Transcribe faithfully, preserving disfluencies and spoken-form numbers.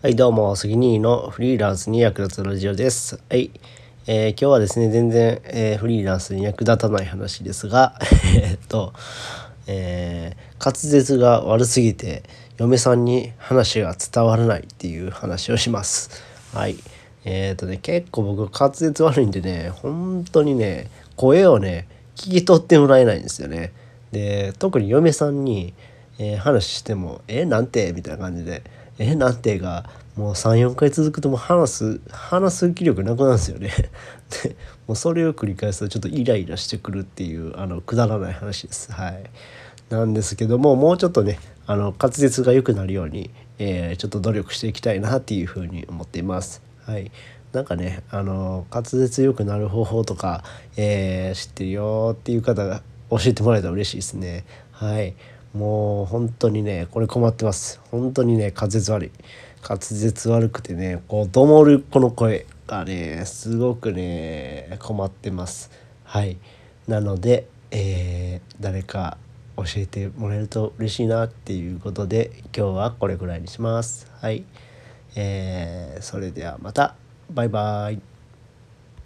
はい、どうも、杉兄のフリーランスに役立つラジオです。はい、えー今日はですね、全然、えーフリーランスに役立たない話ですが、えーっと、えー滑舌が悪すぎて、嫁さんに話が伝わらないっていう話をします。はい。えーっとね、結構僕滑舌悪いんでね、本当にね、声をね、聞き取ってもらえないんですよね。で、特に嫁さんに、えー話しても「えなんて?」みたいな感じで「えなんて?」がもうさんよんかい続くともう話す話す気力なくなるんですよね。でもうそれを繰り返すとちょっとイライラしてくるっていうあのくだらない話です。はい。なんですけども、もうちょっとねあの滑舌が良くなるように、えーちょっと努力していきたいなっていうふうに思っています。はい。なんかねあの滑舌良くなる方法とか、えー知ってるよっていう方が教えてもらえたら嬉しいですね。はい。もう本当にねこれ困ってます。本当にね滑舌悪い滑舌悪くてねこうどもるこの声がねすごくね困ってます。はい。なので、えー誰か教えてもらえると嬉しいなっていうことで今日はこれぐらいにします。はい。えーそれではまた。バイバイ。